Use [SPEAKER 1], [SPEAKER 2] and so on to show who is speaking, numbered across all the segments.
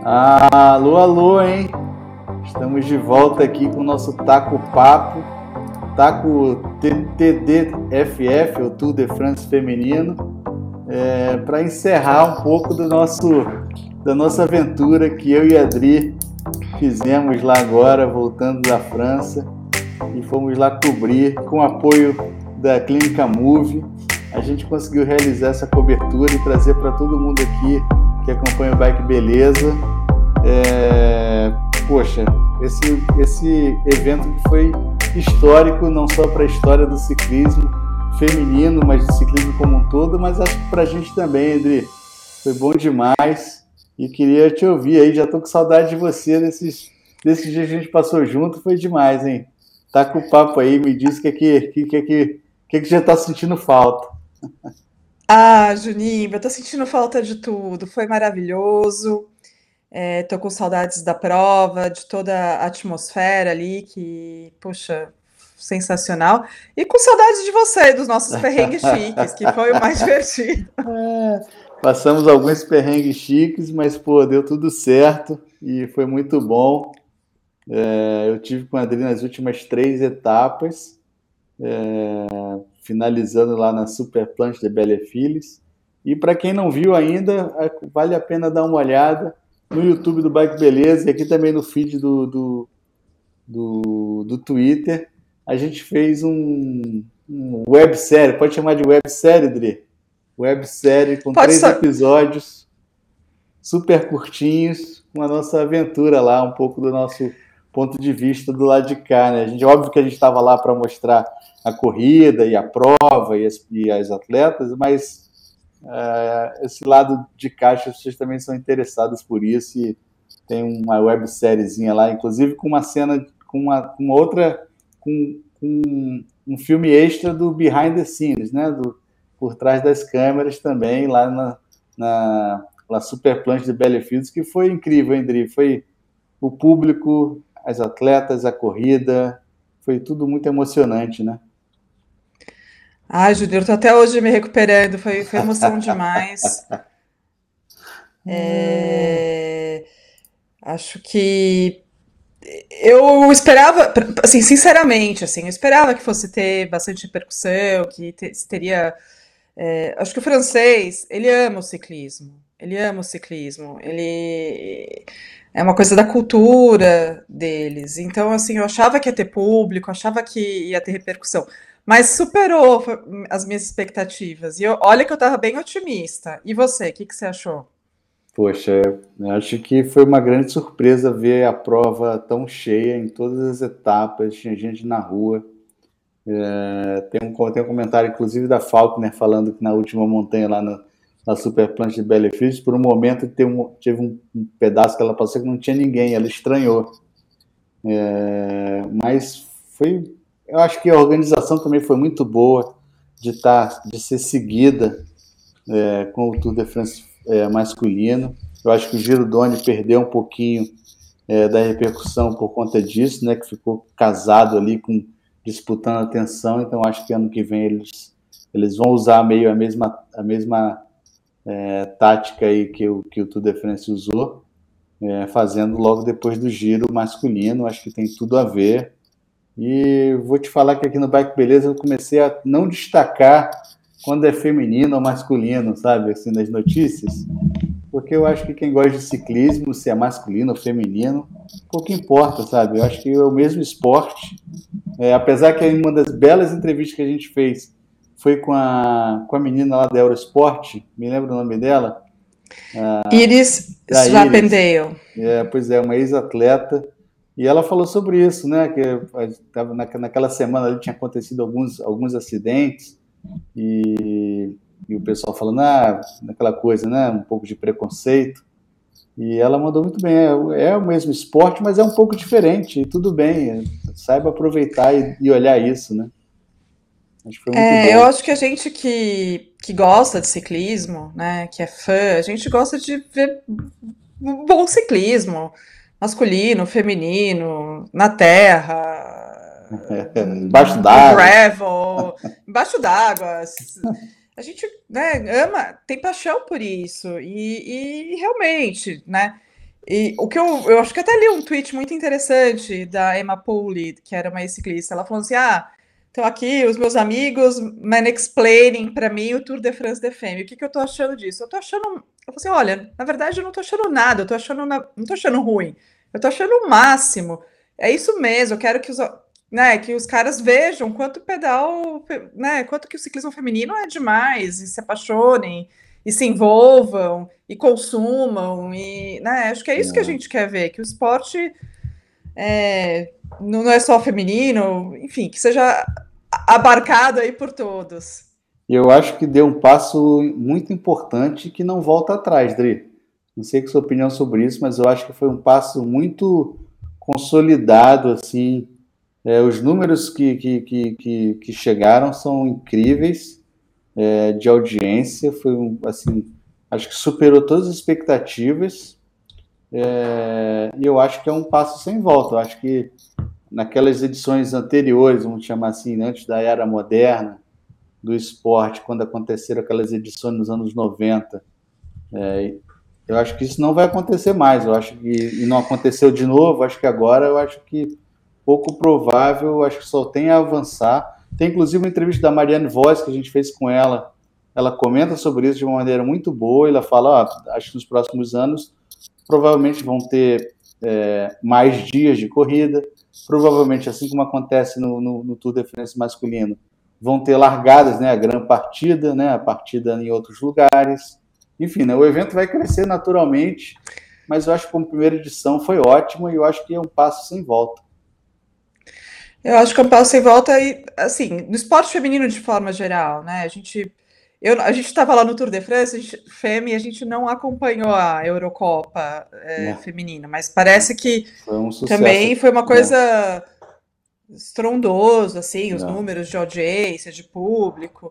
[SPEAKER 1] Alô, alô, hein? Estamos de volta aqui com o nosso Taco Papo, Taco TDFF, ou Tour de France Feminino, para encerrar um pouco da nossa aventura que eu e a Adri fizemos lá agora, voltando da França, e fomos lá cobrir com o apoio da Clínica Move. A gente conseguiu realizar essa cobertura e trazer para todo mundo aqui que acompanha o Bike Beleza. Poxa, esse evento que foi histórico, não só para a história do ciclismo feminino, mas do ciclismo como um todo, mas acho que para a gente também, Adri, foi bom demais e queria te ouvir aí, já estou com saudade de você desses dias que a gente passou junto, foi demais, hein? Tá com o papo aí, me diz o que já está sentindo falta.
[SPEAKER 2] Juninho, eu tô sentindo falta de tudo. Foi maravilhoso. Tô com saudades da prova, de toda a atmosfera ali, que, poxa, sensacional. E com saudades de você, dos nossos perrengues chiques, que foi o mais divertido.
[SPEAKER 1] Passamos alguns perrengues chiques, mas pô, deu tudo certo e foi muito bom. Eu tive com a Adri nas últimas 3 etapas, finalizando lá na Super Planche de Bellefils. E para quem não viu ainda, vale a pena dar uma olhada no YouTube do Bike Beleza e aqui também no feed do Twitter. A gente fez um websérie, pode chamar de websérie, Dri? Websérie com
[SPEAKER 2] Pode
[SPEAKER 1] 3 episódios super curtinhos, com a nossa aventura lá, um pouco do nosso ponto de vista do lado de cá, né? Óbvio que a gente estava lá para mostrar a corrida e a prova e as atletas, mas esse lado de cá, vocês também são interessados por isso e tem uma websériezinha lá, inclusive com uma cena, com outra, com um filme extra do behind the scenes, né? Por trás das câmeras também, lá na Super Planche de Bellefils, que foi incrível, hein, Dri? Foi o público, as atletas, a corrida, foi tudo muito emocionante, né?
[SPEAKER 2] Júnior, eu tô até hoje me recuperando, foi emoção demais. É, Acho que eu esperava, assim, sinceramente, assim, eu esperava que fosse ter bastante repercussão, teria. Acho que o francês, ele ama o ciclismo. Ele ama o ciclismo. Ele é uma coisa da cultura deles. Então, assim, eu achava que ia ter público, achava que ia ter repercussão. Mas superou as minhas expectativas. Olha que eu estava bem otimista. E você, o que você achou?
[SPEAKER 1] Poxa, eu acho que foi uma grande surpresa ver a prova tão cheia em todas as etapas, tinha gente na rua. Tem um comentário, inclusive, da Faulkner falando que na última montanha lá na Super Planche de Bellefils, por um momento teve um pedaço que ela passou que não tinha ninguém, ela estranhou. Mas eu acho que a organização também foi muito boa de ser seguida com o Tour de France masculino. Eu acho que o Giro Doni perdeu um pouquinho da repercussão por conta disso, né? Que ficou casado ali disputando a atenção. Então acho que ano que vem eles vão usar meio a mesma tática aí que o Tour de France usou, fazendo logo depois do Giro masculino. Acho que tem tudo a ver. E vou te falar que aqui no Bike Beleza eu comecei a não destacar quando é feminino ou masculino, sabe, assim, nas notícias, porque eu acho que quem gosta de ciclismo, se é masculino ou feminino, pouco importa, sabe, eu acho que é o mesmo esporte, apesar que uma das belas entrevistas que a gente fez foi com a menina lá da Eurosport, me lembra o nome dela?
[SPEAKER 2] Iris
[SPEAKER 1] Da Iris.
[SPEAKER 2] Rappendale.
[SPEAKER 1] Pois é, uma ex-atleta, e ela falou sobre isso, né, que naquela semana ali tinha acontecido alguns acidentes, e o pessoal falando, naquela coisa, né, um pouco de preconceito, e ela mandou muito bem, é o mesmo esporte, mas é um pouco diferente, e tudo bem, saiba aproveitar e olhar isso, né, acho que foi muito
[SPEAKER 2] Eu
[SPEAKER 1] bom.
[SPEAKER 2] acho que a gente que gosta de ciclismo, né, que é fã, a gente gosta de ver bom ciclismo, masculino, feminino, na terra,
[SPEAKER 1] Embaixo
[SPEAKER 2] no
[SPEAKER 1] d'água.
[SPEAKER 2] gravel, embaixo d'água. A gente, né, ama, tem paixão por isso. E realmente, né? E o que eu acho que até li um tweet muito interessante da Emma Pooley, que era uma ciclista. Ela falou assim: ah, estão aqui os meus amigos mansplaining para mim o Tour de France de Femme. O que, que eu tô achando disso? Eu tô achando. Eu falei assim: olha, na verdade eu não tô achando nada, eu tô achando não tô achando ruim, eu tô achando o máximo. É isso mesmo, eu quero que que os caras vejam quanto pedal, né, quanto que o ciclismo feminino é demais, e se apaixonem, e se envolvam, e consumam, e, né, acho que é isso que a
[SPEAKER 1] É.
[SPEAKER 2] gente quer ver, que o esporte não é só feminino, enfim, que seja abarcado aí por todos.
[SPEAKER 1] E eu acho que deu um passo muito importante que não volta atrás, Dri. Não sei que sua opinião sobre isso, mas eu acho que foi um passo muito consolidado, assim. Os números que chegaram são incríveis, de audiência. Foi assim, acho que superou todas as expectativas. E eu acho que é um passo sem volta. Eu acho que naquelas edições anteriores, vamos chamar assim, né, antes da era moderna do esporte, quando aconteceram aquelas edições nos anos 90, eu acho que isso não vai acontecer mais. Eu acho que e não aconteceu de novo. Acho que agora eu acho que pouco provável. Acho que só tem a avançar. Tem inclusive uma entrevista da Marianne Vos que a gente fez com ela. Ela comenta sobre isso de uma maneira muito boa. Ela fala: acho que nos próximos anos provavelmente vão ter mais dias de corrida. Provavelmente, assim como acontece no Tour de France masculino, vão ter largadas, né, a Gran Partida, né, a partida em outros lugares. Enfim, né, o evento vai crescer naturalmente, mas eu acho que como primeira edição foi ótimo e eu acho que é um passo sem volta.
[SPEAKER 2] Eu acho que é um passo sem volta e, assim, no esporte feminino de forma geral, né? A gente estava lá no Tour de France, Femme, e a gente não acompanhou a Eurocopa
[SPEAKER 1] Né?
[SPEAKER 2] feminina, mas parece que
[SPEAKER 1] Foi um sucesso.
[SPEAKER 2] também foi uma
[SPEAKER 1] Né?
[SPEAKER 2] coisa estrondosa, assim, os
[SPEAKER 1] Né?
[SPEAKER 2] números de audiência, de público.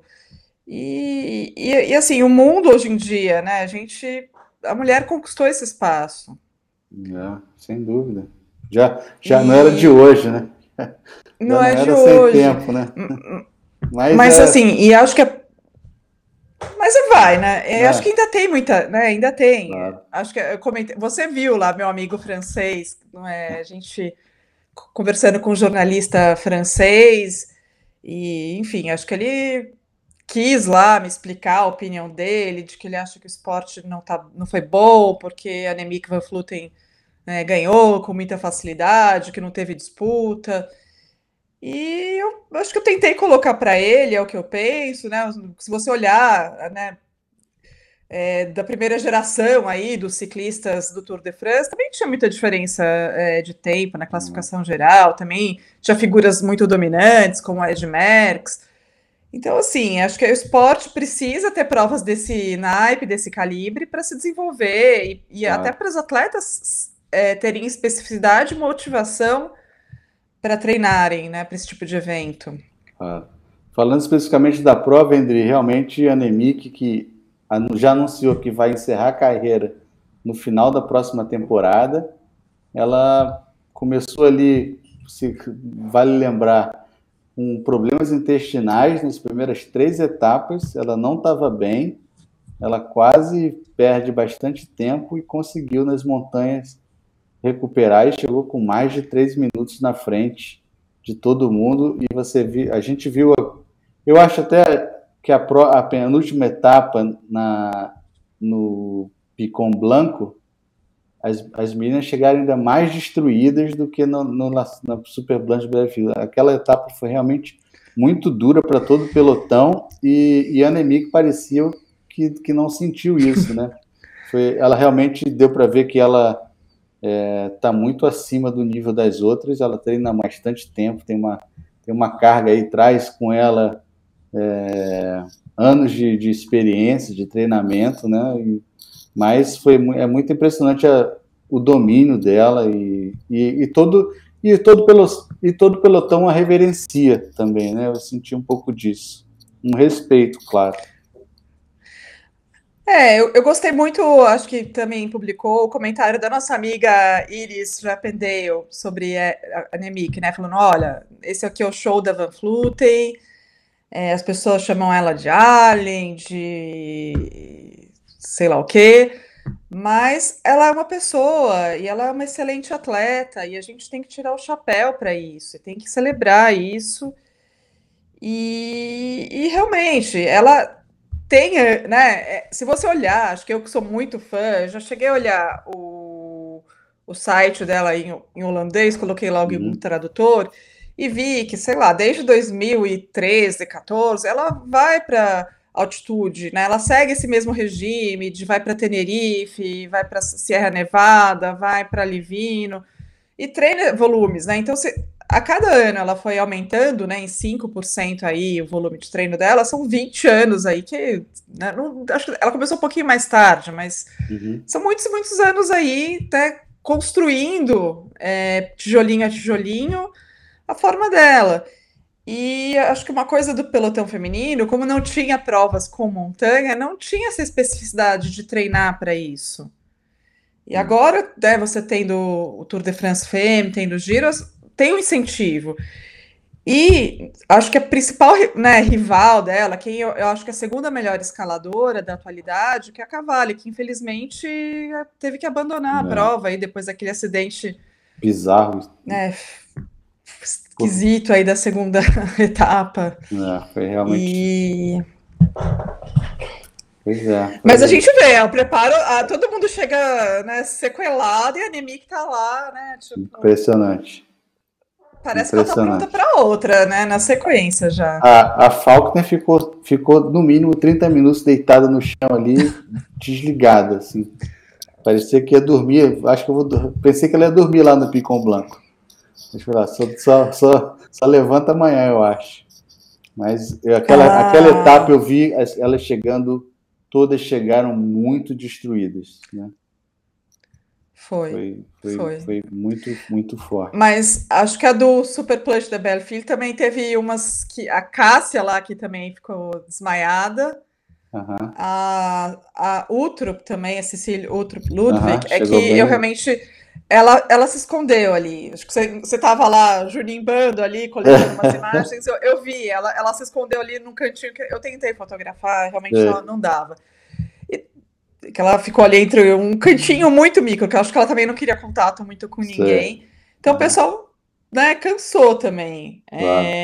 [SPEAKER 2] Assim, o mundo hoje em dia, né? A mulher conquistou esse espaço.
[SPEAKER 1] Né? Sem dúvida. Já não era de
[SPEAKER 2] E
[SPEAKER 1] hoje, né? Já
[SPEAKER 2] não
[SPEAKER 1] não
[SPEAKER 2] é de
[SPEAKER 1] era sem
[SPEAKER 2] hoje.
[SPEAKER 1] tempo, né? Mas
[SPEAKER 2] Mas assim, e acho que mas vai, né? Eu acho que
[SPEAKER 1] né?
[SPEAKER 2] ainda tem muita, né? Ainda tem.
[SPEAKER 1] Claro.
[SPEAKER 2] Acho que eu comentei, você viu lá meu amigo francês, não é? A gente conversando com um jornalista francês e, enfim, acho que ele quis lá me explicar a opinião dele, de que ele acha que o esporte não foi bom, porque a Annemiek van Vleuten, né, ganhou com muita facilidade, que não teve disputa. E eu acho que eu tentei colocar para ele, é o que eu penso, né? Se você olhar, né, da primeira geração aí dos ciclistas do Tour de France, também tinha muita diferença de tempo na
[SPEAKER 1] Né?
[SPEAKER 2] classificação geral, também tinha figuras muito dominantes, como a Ed Merckx. Então, assim, acho que o esporte precisa ter provas desse naipe, desse calibre, para se desenvolver e até
[SPEAKER 1] Claro,
[SPEAKER 2] para os atletas terem especificidade e motivação para treinarem, né, para esse tipo de evento.
[SPEAKER 1] claro. Falando especificamente da prova, André, realmente a Annemiek, que já anunciou que vai encerrar a carreira no final da próxima temporada, ela começou ali, se vale lembrar, com problemas intestinais nas primeiras 3 etapas, ela não estava bem, ela quase perde bastante tempo e conseguiu nas montanhas recuperar e chegou com mais de 3 minutos na frente de todo mundo. E a gente viu, eu acho até que a penúltima etapa no Picon Blanco, as meninas chegaram ainda mais destruídas do que na Super Blanche Brasil. Aquela etapa foi realmente muito dura para todo o pelotão e a Annemiek parecia que não sentiu isso, né? Ela realmente deu para ver que ela está muito acima do nível das outras, ela treina há bastante tempo, tem uma carga aí, traz com ela anos de experiência, de treinamento, né? Mas é muito impressionante o domínio dela e todo pelotão a reverencia também, né? Eu senti um pouco disso. Um respeito, claro.
[SPEAKER 2] Eu gostei muito, acho que também publicou o comentário da nossa amiga Iris Rappendale sobre a Annemiek, né? Falando, olha, esse aqui é o show da Van Vleuten, as pessoas chamam ela de Alien, de sei lá o quê, Mas ela é uma pessoa e ela é uma excelente atleta e a gente tem que tirar o chapéu para isso, tem que celebrar isso. E realmente, ela tem, né? Se você olhar, acho que eu que sou muito fã, eu já cheguei a olhar o site dela em holandês, coloquei lá o Google
[SPEAKER 1] Uhum.
[SPEAKER 2] Tradutor e vi que, sei lá, desde 2013, 14, ela vai para altitude, né? Ela segue esse mesmo regime de vai para Tenerife, vai para Sierra Nevada, vai para Livino e treina volumes, né? Então, a cada ano ela foi aumentando, né, em 5% aí o volume de treino dela, são 20 anos aí que, né, não, acho que ela começou um pouquinho mais tarde, mas
[SPEAKER 1] Uhum.
[SPEAKER 2] são muitos, muitos anos aí, né, construindo tijolinho a tijolinho a forma dela. E acho que uma coisa do pelotão feminino, como não tinha provas com montanha, não tinha essa especificidade de treinar para isso. E agora, né, você tendo o Tour de France Femme, tendo o Giro, tem um incentivo. E acho que a principal, né, rival dela, quem eu acho que é a segunda melhor escaladora da atualidade, que é a Cavalli, que infelizmente teve que abandonar a
[SPEAKER 1] É,
[SPEAKER 2] prova aí depois daquele acidente,
[SPEAKER 1] bizarro.
[SPEAKER 2] né,
[SPEAKER 1] Pô,
[SPEAKER 2] esquisito aí da segunda etapa.
[SPEAKER 1] foi realmente.
[SPEAKER 2] E
[SPEAKER 1] Pois é,
[SPEAKER 2] mas a
[SPEAKER 1] foi
[SPEAKER 2] gente vê, o preparo, todo mundo chega, né, sequelado e a Nemic tá lá, né, tipo,
[SPEAKER 1] impressionante.
[SPEAKER 2] parece que ela tá pronta
[SPEAKER 1] Impressionante.
[SPEAKER 2] para outra, né, na sequência já.
[SPEAKER 1] A Faulkner ficou no mínimo 30 minutos deitada no chão ali, desligada, assim. Parecia que ia dormir. Acho que pensei que ela ia dormir lá no Picon Blanco. Deixa eu falar, só levanta amanhã, eu acho. Mas aquela etapa
[SPEAKER 2] Ela
[SPEAKER 1] eu vi elas chegando, todas chegaram muito destruídas, né?
[SPEAKER 2] foi, foi.
[SPEAKER 1] Foi muito, muito forte.
[SPEAKER 2] Mas acho que a do Super Plush da Belfield também teve umas que a Cássia lá que também ficou desmaiada.
[SPEAKER 1] Aham,
[SPEAKER 2] A Utrup também, a Cecília Utrup Ludwig,
[SPEAKER 1] aham,
[SPEAKER 2] é que
[SPEAKER 1] chegou
[SPEAKER 2] eu
[SPEAKER 1] bem.
[SPEAKER 2] realmente. Ela se escondeu ali. Acho que você tava lá junimbando ali, coletando umas imagens. Eu vi, ela se escondeu ali num cantinho que eu tentei fotografar, realmente
[SPEAKER 1] É,
[SPEAKER 2] não dava. E, que ela ficou ali entre um cantinho muito micro, que eu acho que ela também não queria contato muito com
[SPEAKER 1] sei.
[SPEAKER 2] ninguém. Então o
[SPEAKER 1] Aham,
[SPEAKER 2] pessoal, né, cansou também.
[SPEAKER 1] claro.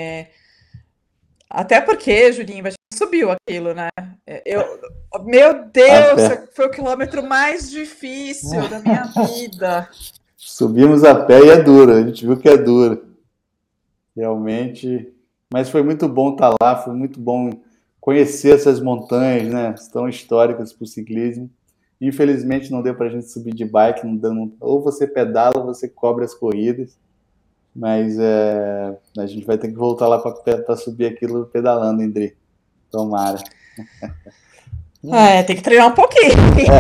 [SPEAKER 2] Até porque, Julinho, a gente subiu aquilo, né? Eu, meu
[SPEAKER 1] A
[SPEAKER 2] Deus,
[SPEAKER 1] pé.
[SPEAKER 2] foi o quilômetro mais difícil da minha vida.
[SPEAKER 1] Subimos a pé e é duro, a gente viu que é duro. Realmente. Mas foi muito bom estar lá, foi muito bom conhecer essas montanhas, né? Tão históricas para o ciclismo. Infelizmente não deu para a gente subir de bike, não dando, ou você pedala ou você cobre as corridas. Mas a gente vai ter que voltar lá para subir aquilo pedalando, Indri. Tomara.
[SPEAKER 2] Tem que treinar um pouquinho.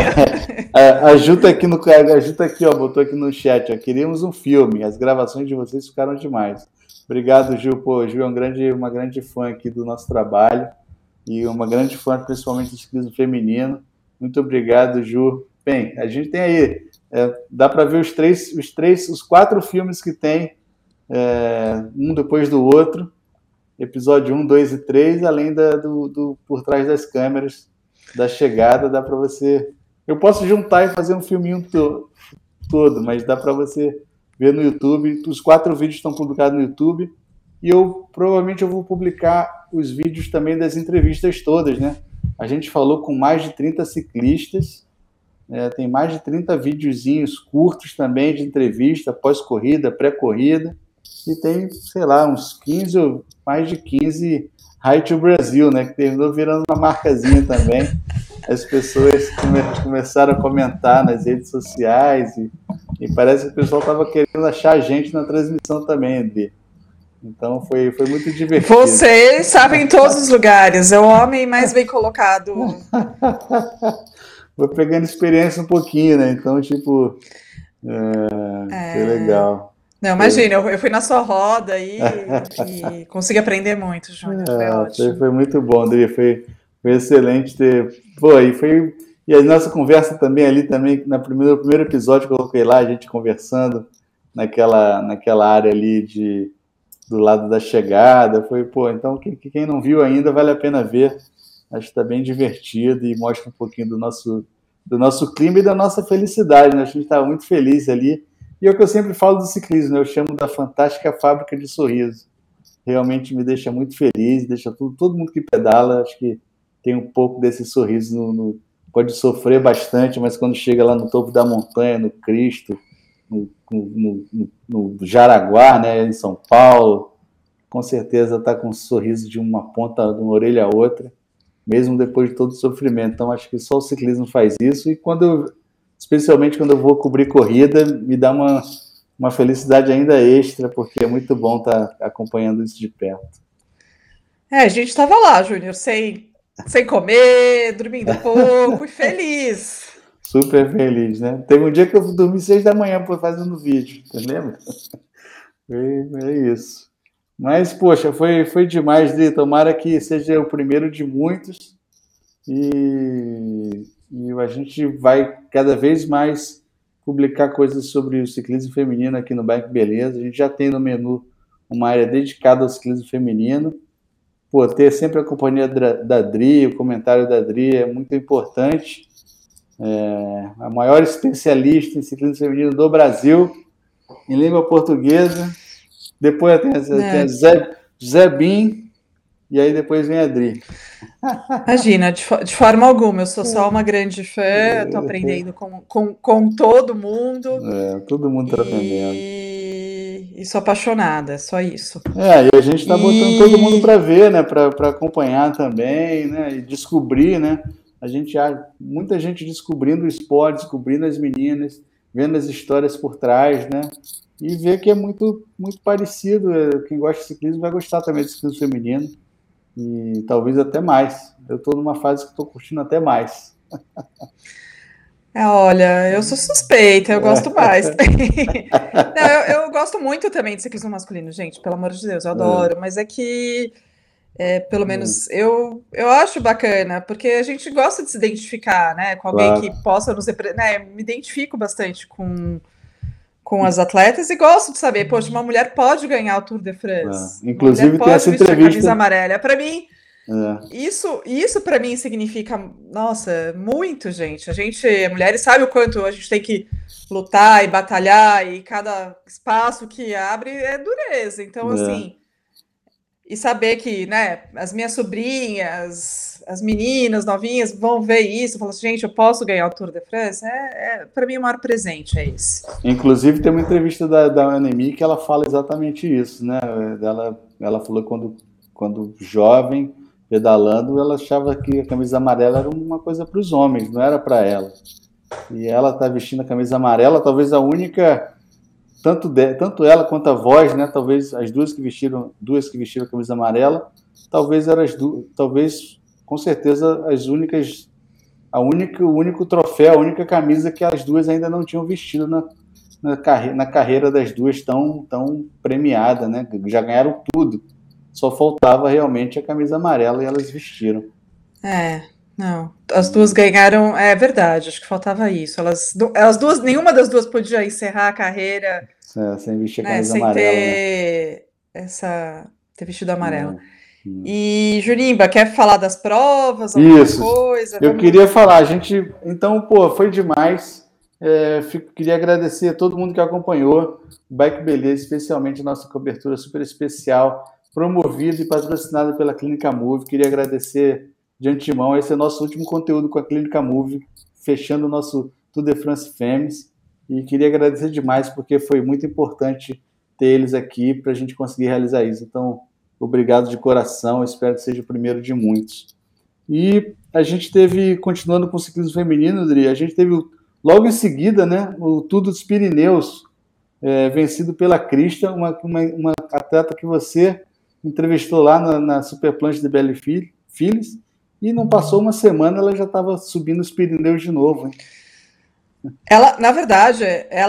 [SPEAKER 1] A Ju tá aqui a Ju tá aqui, ó, botou aqui no chat, ó. Queríamos um filme. As gravações de vocês ficaram demais. Obrigado, Gil. Pô, Gil é uma grande fã aqui do nosso trabalho e uma grande fã, principalmente do ciclismo feminino. Muito obrigado, Ju. Bem, a gente tem aí, dá para ver os quatro filmes que tem, um depois do outro, episódio um, 2 e 3, além do Por Trás das Câmeras, da chegada, dá para você. Eu posso juntar e fazer um filminho todo, mas dá para você ver no YouTube. Os quatro vídeos estão publicados no YouTube. E provavelmente eu vou publicar os vídeos também das entrevistas todas, né? A gente falou com mais de 30 ciclistas, tem mais de 30 videozinhos curtos também de entrevista, pós-corrida, pré-corrida. E tem, sei lá, uns 15 ou mais de 15 High to Brasil, né? Que terminou virando uma marcazinha também. As pessoas começaram a comentar nas redes sociais e parece que o pessoal estava querendo achar a gente na transmissão também, André. Então foi muito divertido.
[SPEAKER 2] Você estava em todos os lugares, é o homem mais bem colocado.
[SPEAKER 1] Vou pegando experiência um pouquinho, né? Então, tipo, foi legal.
[SPEAKER 2] Não,
[SPEAKER 1] Foi,
[SPEAKER 2] imagina, eu fui na sua roda aí e consegui aprender muito, Júnior, foi ótimo.
[SPEAKER 1] foi muito bom, André. Foi excelente ter. Pô, e foi. E a nossa conversa também ali, também, no primeiro episódio que eu coloquei lá, a gente conversando naquela área ali do lado da chegada. Foi, pô, então quem não viu ainda vale a pena ver. Acho que está bem divertido e mostra um pouquinho do nosso clima e da nossa felicidade, né? A gente estava muito feliz ali. E é o que eu sempre falo do ciclismo, né? Eu chamo da fantástica fábrica de sorriso. Realmente me deixa muito feliz, deixa todo mundo que pedala, acho que tem um pouco desse sorriso. Pode sofrer bastante, mas quando chega lá no topo da montanha, no Cristo, no Jaraguá, né, em São Paulo, com certeza está com um sorriso de uma ponta, de uma orelha a outra, mesmo depois de todo o sofrimento. Então, acho que só o ciclismo faz isso. E especialmente quando eu vou cobrir corrida, me dá uma felicidade ainda extra, porque é muito bom estar acompanhando isso de perto.
[SPEAKER 2] A gente estava lá, Júnior, sem comer, dormindo pouco e feliz.
[SPEAKER 1] Super feliz, né? Teve um dia que eu dormi 6 da manhã fazendo vídeo, você lembra? É isso. Mas, poxa, foi demais, Dri. Tomara que seja o primeiro de muitos e a gente vai cada vez mais publicar coisas sobre o ciclismo feminino aqui no Bike Beleza. A gente já tem no menu uma área dedicada ao ciclismo feminino. Pô, ter sempre a companhia da Dri, o comentário da Dri é muito importante. A maior especialista em ciclismo feminino do Brasil, em língua portuguesa. Depois tem a Zé Bin, e aí depois vem a Dri.
[SPEAKER 2] Imagina, de forma alguma, eu sou só uma grande fã, estou aprendendo com todo mundo
[SPEAKER 1] Todo mundo está aprendendo.
[SPEAKER 2] e sou apaixonada, só isso.
[SPEAKER 1] E a gente está botando todo mundo
[SPEAKER 2] E
[SPEAKER 1] para ver, né? Para acompanhar também, né? E descobrir, né? Muita gente descobrindo o esporte, descobrindo as meninas, vendo as histórias por trás, né? E ver que é muito, muito parecido. Quem gosta de ciclismo vai gostar também de ciclismo feminino. E talvez até mais. Eu estou numa fase que estou curtindo até mais.
[SPEAKER 2] olha, eu sou suspeita, eu gosto mais. Não, eu gosto muito também de ciclismo masculino, gente, pelo amor de Deus, eu adoro, mas é que pelo menos eu acho bacana, porque a gente gosta de se identificar, né, com alguém que
[SPEAKER 1] Claro.
[SPEAKER 2] possa né, me identifico bastante com as atletas e gosto de saber, poxa, uma mulher pode ganhar o Tour de France, uma mulher
[SPEAKER 1] Inclusive tem
[SPEAKER 2] pode
[SPEAKER 1] essa
[SPEAKER 2] vestir a camisa
[SPEAKER 1] entrevista.
[SPEAKER 2] amarela. Para mim,
[SPEAKER 1] É,
[SPEAKER 2] isso para mim significa, nossa, muito, gente. Mulheres, sabe o quanto a gente tem que lutar e batalhar e cada espaço que abre é dureza. Então,
[SPEAKER 1] é.
[SPEAKER 2] assim, e saber que, né, as minhas sobrinhas, as meninas novinhas vão ver isso, falam assim, gente, eu posso ganhar o Tour de France? Para mim o maior presente é esse.
[SPEAKER 1] Inclusive tem uma entrevista da Anemi que ela fala exatamente isso, né? Ela falou que quando jovem, pedalando, ela achava que a camisa amarela era uma coisa para os homens, não era para ela. E ela está vestindo a camisa amarela, talvez a única, tanto ela quanto a voz, né? Talvez as duas que vestiram a camisa amarela, talvez eram talvez com certeza as únicas, o único troféu, a única camisa que as duas ainda não tinham vestido na carreira das duas tão premiada, né? Já ganharam tudo. Só faltava realmente a camisa amarela e elas vestiram.
[SPEAKER 2] Não, as duas ganharam, é verdade, acho que faltava isso. Elas duas, nenhuma das duas podia encerrar a carreira,
[SPEAKER 1] Sem vestir a
[SPEAKER 2] né,
[SPEAKER 1] camisa
[SPEAKER 2] sem
[SPEAKER 1] amarela, né?
[SPEAKER 2] ter vestido amarela.
[SPEAKER 1] É.
[SPEAKER 2] E Jurimba, quer falar das provas, alguma
[SPEAKER 1] Isso.
[SPEAKER 2] coisa?
[SPEAKER 1] Eu queria falar, a gente. Então, pô, foi demais. Queria agradecer a todo mundo que acompanhou o Bike Beleza, especialmente a nossa cobertura super especial, promovida e patrocinada pela Clínica Move. Queria agradecer de antemão. Esse é o nosso último conteúdo com a Clínica Move, fechando o nosso Tour de France Femmes. E queria agradecer demais, porque foi muito importante ter eles aqui para a gente conseguir realizar isso. Então, obrigado de coração. Espero que seja o primeiro de muitos. E a gente teve, continuando com o ciclismo feminino, Adri, a gente teve logo em seguida, né, o Tour dos Pirineus, vencido pela Crista, uma atleta que você entrevistou lá na Superplanche de Belle Filles, e não passou uma semana, ela já estava subindo os Pirineus de novo. Hein?
[SPEAKER 2] Ela, na verdade,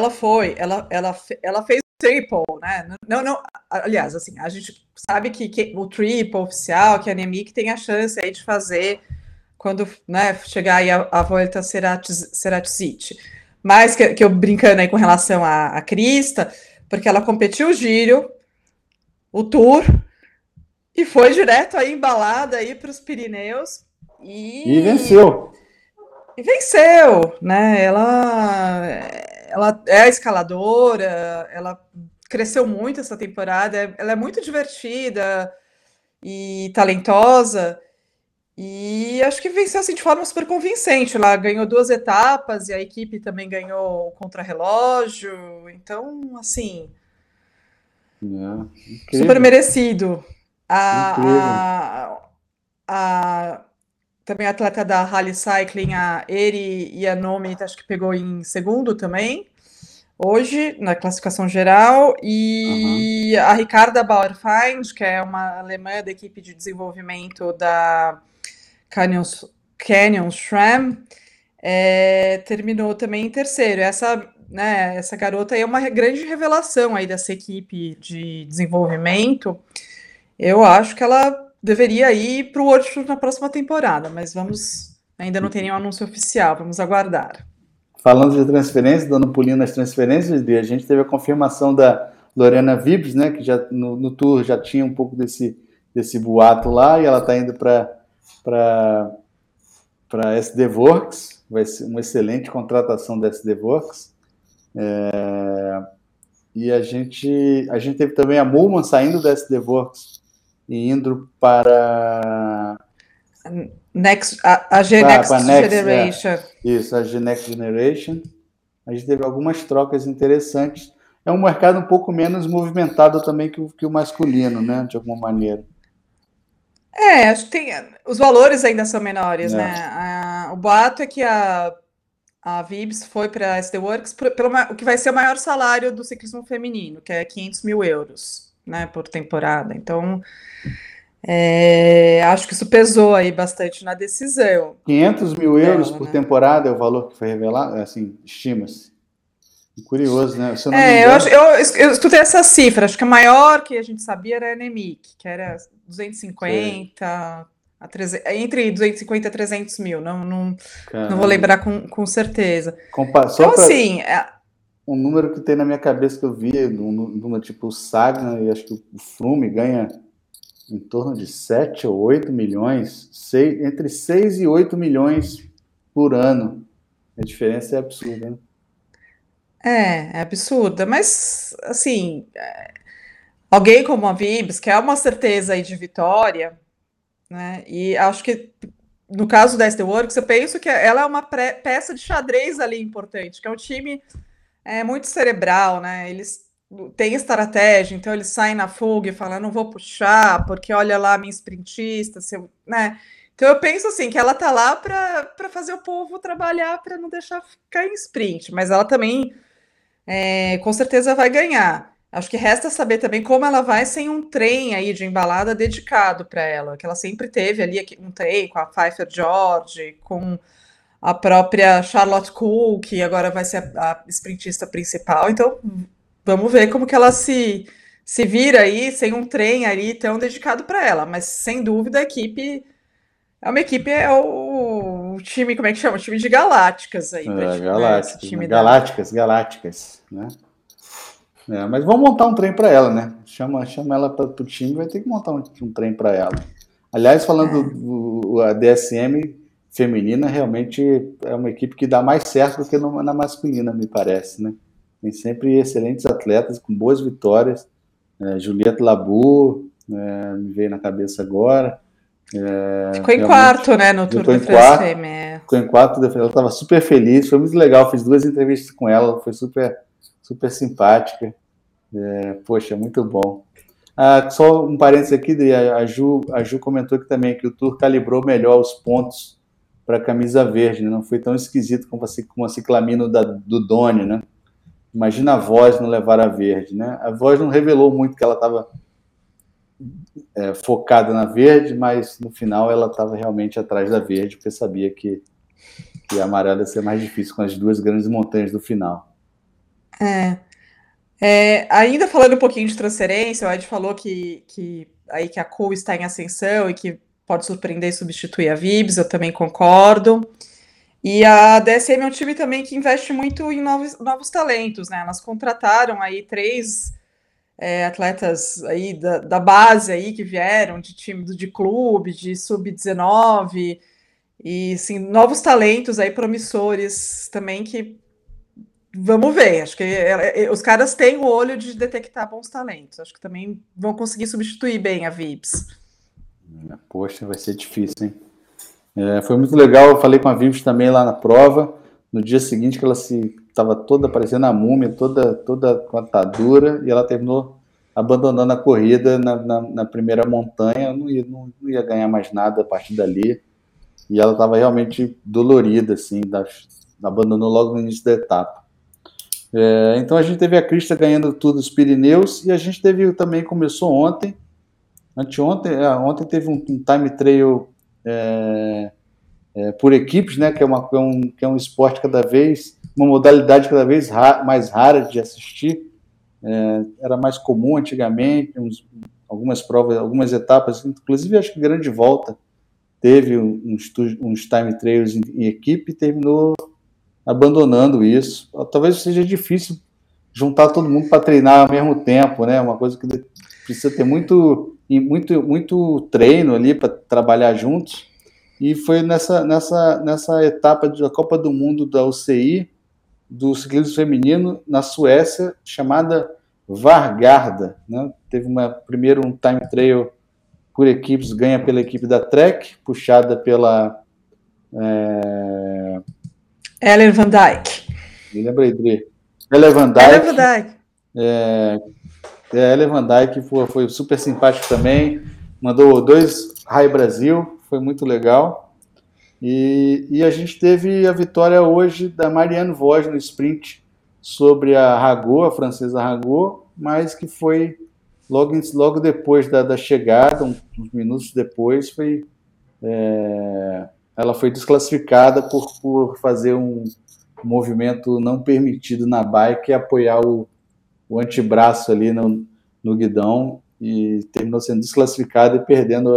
[SPEAKER 2] ela fez triple, né? Não, aliás, assim, a gente sabe que o triple oficial, que a Annemiek tem a chance aí de fazer quando, né, chegar aí a Volta Ceratizit. Mas que eu brincando aí com relação à Crista, porque ela competiu o Giro, o Tour, e foi direto aí embalada aí para os Pirineus
[SPEAKER 1] E
[SPEAKER 2] e
[SPEAKER 1] venceu.
[SPEAKER 2] E venceu, né? Ela é a escaladora, ela cresceu muito essa temporada, ela é muito divertida e talentosa. E acho que venceu assim de forma super convincente. Ela ganhou duas etapas e a equipe também ganhou o contrarrelógio. Então, assim,
[SPEAKER 1] Né?
[SPEAKER 2] super
[SPEAKER 1] Incrível,
[SPEAKER 2] merecido.
[SPEAKER 1] incrível.
[SPEAKER 2] A, a, também a atleta da Rally Cycling, a Eri Yanomi, acho que pegou em segundo também, hoje, na classificação geral.
[SPEAKER 1] Aham.
[SPEAKER 2] E a Ricarda Bauerfeind, que é uma alemã da equipe de desenvolvimento da Canyon, Canyon SRAM, terminou também em terceiro. Essa, né, essa garota aí é uma grande revelação aí dessa equipe de desenvolvimento. Eu acho que ela deveria ir para o World Tour na próxima temporada, mas vamos. Ainda não tem nenhum anúncio oficial, vamos aguardar.
[SPEAKER 1] Falando de transferência, dando um pulinho nas transferências, a gente teve a confirmação da Lorena Vibbs, né, que já no Tour já tinha um pouco desse boato lá, e ela está indo para SD Works, vai ser uma excelente contratação da SD Works. E a gente teve também a Mulman saindo da SD Works e indo para
[SPEAKER 2] A G
[SPEAKER 1] a
[SPEAKER 2] Next
[SPEAKER 1] Next,
[SPEAKER 2] Generation.
[SPEAKER 1] isso, a G Next Generation. A gente teve algumas trocas interessantes. É um mercado um pouco menos movimentado também que o masculino, né? De alguma maneira.
[SPEAKER 2] Acho que tem. Os valores ainda são menores, né?
[SPEAKER 1] É.
[SPEAKER 2] O boato é que a Vibs foi para a SD Works o que vai ser o maior salário do ciclismo feminino, que é 500 mil euros, né, por temporada. Então, acho que isso pesou aí bastante na decisão
[SPEAKER 1] 500 mil euros
[SPEAKER 2] dela,
[SPEAKER 1] por
[SPEAKER 2] né?
[SPEAKER 1] temporada é o valor que foi revelado, assim, estima-se. Curioso, né? Se eu não me
[SPEAKER 2] Eu, acho,
[SPEAKER 1] engano.
[SPEAKER 2] eu escutei essa cifra, acho que a maior que a gente sabia era a Anemic, que era
[SPEAKER 1] Sei.
[SPEAKER 2] 250 entre 250 e 300 mil, não vou
[SPEAKER 1] Caramba.
[SPEAKER 2] lembrar com certeza.
[SPEAKER 1] Só
[SPEAKER 2] Então,
[SPEAKER 1] para
[SPEAKER 2] assim,
[SPEAKER 1] um número que tem na minha cabeça que eu vi, numa tipo o Sagan e acho que o Froome ganha em torno de 7 ou 8 milhões, entre 6 e 8 milhões por ano. A diferença é absurda, né?
[SPEAKER 2] é absurda, mas assim, alguém como a Vibes, que é uma certeza aí de vitória, né? E acho que no caso da SD Works, eu penso que ela é uma peça de xadrez ali importante, que é um time muito cerebral, né? Eles têm estratégia, então eles saem na fuga e falam, não vou puxar, porque olha lá a minha sprintista, né? Então eu penso assim que ela tá lá para fazer o povo trabalhar para não deixar ficar em sprint, mas ela também com certeza vai ganhar. Acho que resta saber também como ela vai sem um trem aí de embalada dedicado para ela, que ela sempre teve ali um trem com a Pfeiffer George, com a própria Charlotte Kool, que agora vai ser a sprintista principal. Então, vamos ver como que ela se vira aí sem um trem ali tão dedicado para ela. Mas sem dúvida a equipe é uma equipe, é o time, como é que chama? O time de galácticas aí, né? Esse
[SPEAKER 1] Galácticas, né?
[SPEAKER 2] time da.
[SPEAKER 1] Galácticas, né? Mas vamos montar um trem para ela, né? Chama ela para o time, vai ter que montar um trem para ela. Aliás, falando a DSM feminina, realmente é uma equipe que dá mais certo do que na masculina, me parece, né? Tem sempre excelentes atletas com boas vitórias. Juliette Labou, me veio na cabeça agora.
[SPEAKER 2] Ficou em
[SPEAKER 1] Realmente
[SPEAKER 2] quarto, né, no Tour
[SPEAKER 1] ficou
[SPEAKER 2] de
[SPEAKER 1] em
[SPEAKER 2] France
[SPEAKER 1] quarto,
[SPEAKER 2] Femme.
[SPEAKER 1] ela estava super feliz, foi muito legal, fiz 2 entrevistas com ela, foi super, super simpática. Poxa, muito bom. Só um parênteses aqui, a Ju comentou que também que o Tour calibrou melhor os pontos para a camisa verde, né? Não foi tão esquisito como a ciclamino do Doni, né? Imagina a voz não levar a verde, né? A voz não revelou muito que ela estava focada na verde, mas no final ela estava realmente atrás da verde, porque sabia que a amarela ia ser mais difícil com as duas grandes montanhas do final.
[SPEAKER 2] Ainda falando um pouquinho de transferência, o Ed falou que a Cool está em ascensão e que pode surpreender e substituir a Vibs, eu também concordo. E a DSM é um time também que investe muito em novos talentos, né? Elas contrataram aí três atletas aí da base aí que vieram de time de clube, de sub-19, E, sim, novos talentos aí promissores também que vamos ver. Acho que os caras têm o olho de detectar bons talentos. Acho que também vão conseguir substituir bem a Vips.
[SPEAKER 1] Poxa, vai ser difícil, hein? Foi muito legal, eu falei com a Vives também lá na prova, no dia seguinte que ela estava toda parecendo a múmia, toda com a atadura, e ela terminou abandonando a corrida na primeira montanha, não ia ganhar mais nada a partir dali, e ela estava realmente dolorida, assim, abandonou logo no início da etapa. Então a gente teve a Krista ganhando tudo os Pirineus, e a gente teve também, começou ontem, ontem teve um time trial por equipes, né, que é um esporte cada vez, uma modalidade cada vez mais rara de assistir. Era mais comum antigamente, algumas provas, algumas etapas, inclusive acho que Grande Volta teve uns time trials em equipe e terminou abandonando isso. Talvez seja difícil juntar todo mundo para treinar ao mesmo tempo, né? Uma coisa que precisa ter muito treino ali para trabalhar juntos. E foi nessa etapa da Copa do Mundo da UCI, do ciclismo feminino, na Suécia, chamada Vargarda. Né? Teve primeiro um time trial por equipes, ganha pela equipe da Trek, puxada pela...
[SPEAKER 2] Ellen Van Dijk.
[SPEAKER 1] Me lembrei dele. Ellen Van Dijk. Ellen Van Dijk foi super simpático também, mandou 2 Rai Brasil, foi muito legal. E a gente teve a vitória hoje da Marianne Vos no sprint sobre a Rago, a francesa Rago, mas que foi logo depois da chegada, uns minutos depois, ela foi desclassificada por fazer um movimento não permitido na bike e apoiar o antebraço ali no guidão, e terminou sendo desclassificada e perdendo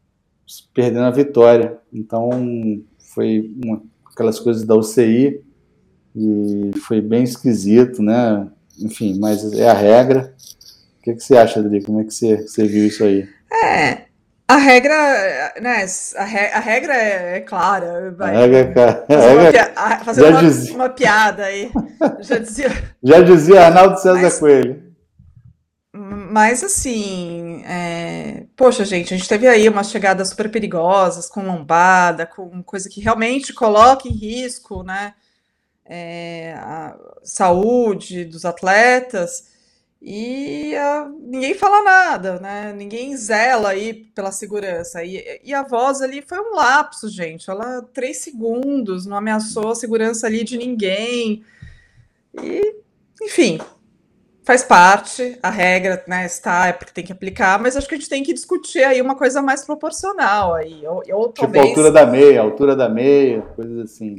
[SPEAKER 1] a vitória. Então, foi aquelas coisas da UCI e foi bem esquisito, né? Enfim, mas é a regra. O que você acha, Adri? Como é que você viu isso aí?
[SPEAKER 2] A regra, né? A regra é clara.
[SPEAKER 1] A
[SPEAKER 2] Vai,
[SPEAKER 1] regra, cara,
[SPEAKER 2] fazer uma piada aí.
[SPEAKER 1] Já dizia Arnaldo César Coelho.
[SPEAKER 2] Mas assim, poxa, gente, a gente teve aí umas chegadas super perigosas, com lombada, com coisa que realmente coloca em risco, né, a saúde dos atletas, e ninguém fala nada, né? Ninguém zela aí pela segurança. E a voz ali foi um lapso, gente. Ela, 3 segundos, não ameaçou a segurança ali de ninguém. E, enfim, faz parte, a regra, né, está, é porque tem que aplicar, mas acho que a gente tem que discutir aí uma coisa mais proporcional aí, ou
[SPEAKER 1] tipo, a altura da meia, coisas assim.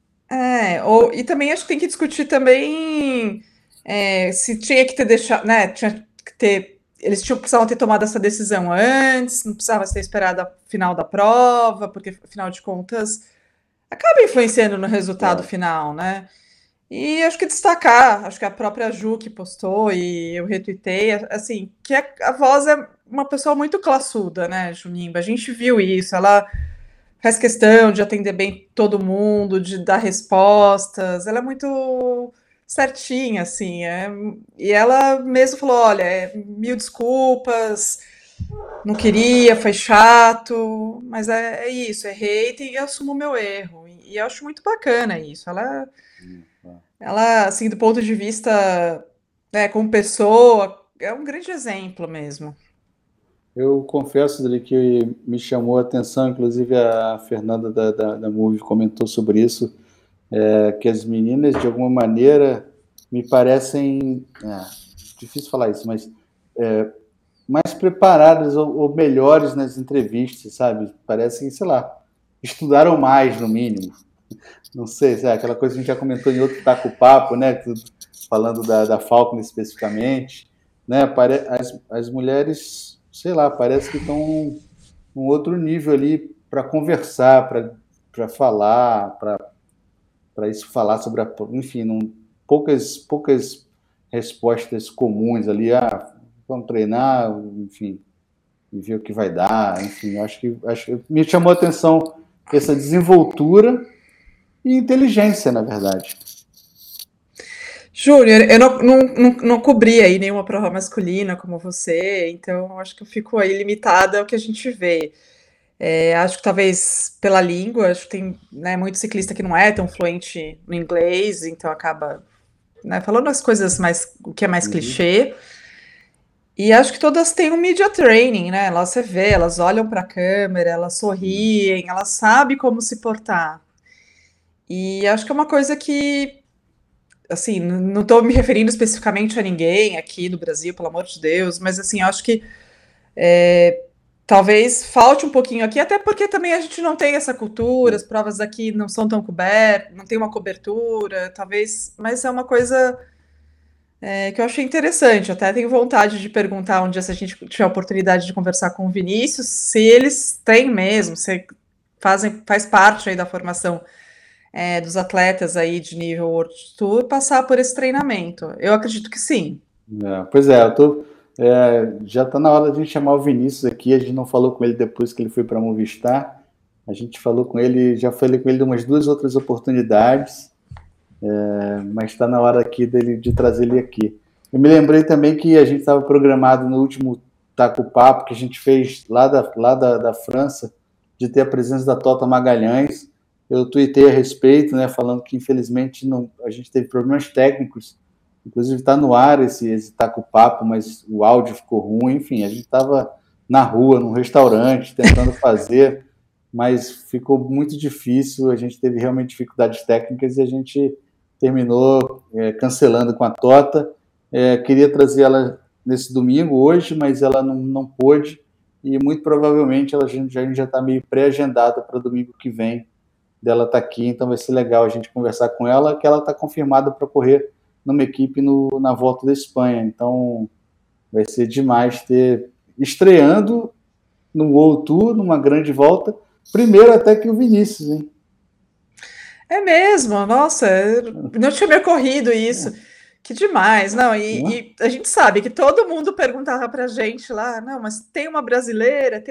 [SPEAKER 2] E também acho que tem que discutir também se tinha que ter deixado, né, tinha que ter, precisavam ter tomado essa decisão antes, não precisava ter esperado a final da prova, porque afinal de contas acaba influenciando no resultado final, né? E acho que destacar, acho que a própria Ju que postou e eu retuitei, assim, que a Voz é uma pessoa muito classuda, né, Junimba? A gente viu isso, ela faz questão de atender bem todo mundo, de dar respostas, ela é muito certinha, assim, e ela mesmo falou, olha, mil desculpas, não queria, foi chato, mas é isso, errei e assumo o meu erro. E eu acho muito bacana isso, ela, assim, do ponto de vista, né, como pessoa, é um grande exemplo mesmo.
[SPEAKER 1] Eu confesso, Dri, que me chamou a atenção, inclusive a Fernanda da Move comentou sobre isso, que as meninas, de alguma maneira, me parecem, difícil falar isso, mas mais preparadas ou melhores nas entrevistas, sabe? Parecem, sei lá, estudaram mais, no mínimo. Não sei, é aquela coisa que a gente já comentou em outro Taco Papo, né? Falando da Falcon especificamente, né? As mulheres, sei lá, parece que estão num outro nível ali para conversar, para falar, para isso falar sobre enfim, poucas respostas comuns ali, vamos treinar, enfim, e ver o que vai dar, enfim, acho que me chamou a atenção essa desenvoltura e inteligência, na verdade.
[SPEAKER 2] Júnior, eu não cobri aí nenhuma prova masculina como você, então acho que eu fico aí limitada ao que a gente vê. Acho que talvez pela língua, acho que tem, né, muito ciclista que não é tão fluente no inglês, então acaba, né, falando as coisas mais, o que é mais clichê. E acho que todas têm um media training, né? Lá você vê, elas olham para a câmera, elas sorriem, elas sabem como se portar. E acho que é uma coisa que, assim, não estou me referindo especificamente a ninguém aqui do Brasil, pelo amor de Deus, mas assim, acho que talvez falte um pouquinho aqui, até porque também a gente não tem essa cultura, as provas aqui não são tão cobertas, não tem uma cobertura, talvez, mas é uma coisa que eu achei interessante. Até tenho vontade de perguntar um dia, se a gente tiver a oportunidade de conversar com o Vinícius, se eles têm mesmo, se faz parte aí da formação dos atletas aí de nível World Tour passar por esse treinamento. Eu acredito que sim.
[SPEAKER 1] Pois é, já está na hora de a gente chamar o Vinícius aqui. A gente não falou com ele depois que ele foi para a Movistar. A gente falou com ele, já falei com ele de umas 2 outras oportunidades, mas está na hora aqui de trazer ele aqui. Eu me lembrei também que a gente estava programado no último Taco Papo que a gente fez lá da França, de ter a presença da Tota Magalhães. Eu tuitei a respeito, né, falando que infelizmente a gente teve problemas técnicos. Inclusive está no ar esse Taco Papo, mas o áudio ficou ruim. Enfim, a gente estava na rua, num restaurante, tentando fazer, mas ficou muito difícil. A gente teve realmente dificuldades técnicas e a gente terminou cancelando com a Tota. Queria trazer ela nesse domingo, hoje, mas ela não pôde. E muito provavelmente a gente já está meio pré-agendada para domingo que vem dela estar aqui. Então vai ser legal a gente conversar com ela, que ela está confirmada para correr numa equipe na Volta da Espanha. Então vai ser demais ter estreando no World Tour, numa grande volta, primeiro até que o Vinícius, hein?
[SPEAKER 2] É mesmo, nossa, não tinha me ocorrido isso. Que demais, não, e a gente sabe que todo mundo perguntava pra gente lá, não, mas tem uma brasileira,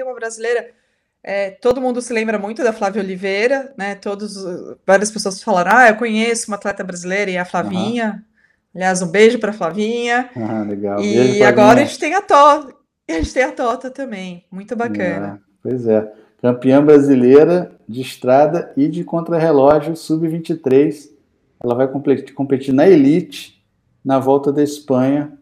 [SPEAKER 2] todo mundo se lembra muito da Flávia Oliveira, né, várias pessoas falaram, eu conheço uma atleta brasileira e a Flavinha, aliás, um beijo pra Flavinha,
[SPEAKER 1] Legal, beijo,
[SPEAKER 2] e agora
[SPEAKER 1] Flavinha.
[SPEAKER 2] a gente tem a Tota também, muito bacana.
[SPEAKER 1] Pois é, campeã brasileira de estrada e de contrarrelógio sub-23, ela vai competir na elite, na Volta da Espanha,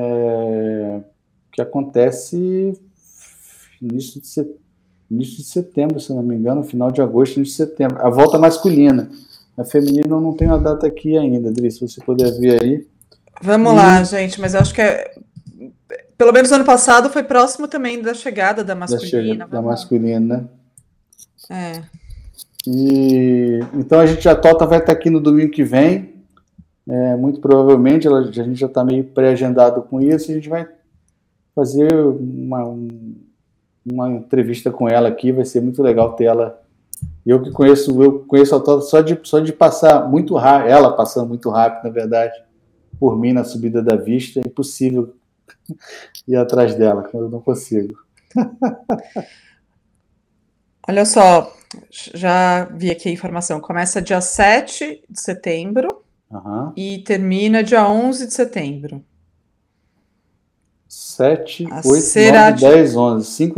[SPEAKER 1] que acontece início de setembro, se não me engano, final de agosto, início de setembro. A volta masculina. A feminina eu não tenho a data aqui ainda, Adri, se você puder ver aí.
[SPEAKER 2] Vamos lá, gente, mas eu acho que pelo menos ano passado foi próximo também da chegada da masculina.
[SPEAKER 1] Da masculina,
[SPEAKER 2] né?
[SPEAKER 1] Então a Tota vai estar aqui no domingo que vem. Muito provavelmente a gente já está meio pré-agendado com isso. A gente vai fazer uma entrevista com ela aqui. Vai ser muito legal ter ela. Eu conheço a Tota só de passar muito rápido, ela passando muito rápido, na verdade, por mim na subida da Vista. É impossível ir atrás dela, eu não consigo.
[SPEAKER 2] Olha só, já vi aqui a informação. Começa dia 7 de setembro e termina dia 11 de setembro.
[SPEAKER 1] 7, 8, 9, 10, 11.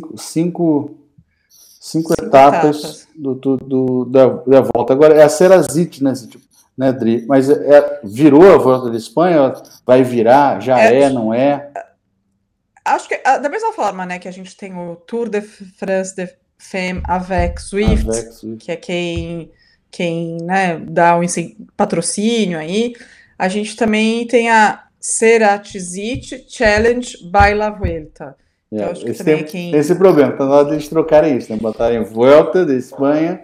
[SPEAKER 1] Cinco etapas da volta. Agora, é a Cerazite, né, Dri? Mas virou a Volta da Espanha? Vai virar? Não é?
[SPEAKER 2] Acho que da mesma forma, né, que a gente tem o Tour de France de Femme avec Zwift, que é quem né, dá o patrocínio aí, a gente também tem a Ceratizit Challenge by la Vuelta.
[SPEAKER 1] Então, acho que também tem esse problema, então na hora de eles trocarem isso, né? Botarem Vuelta de Espanha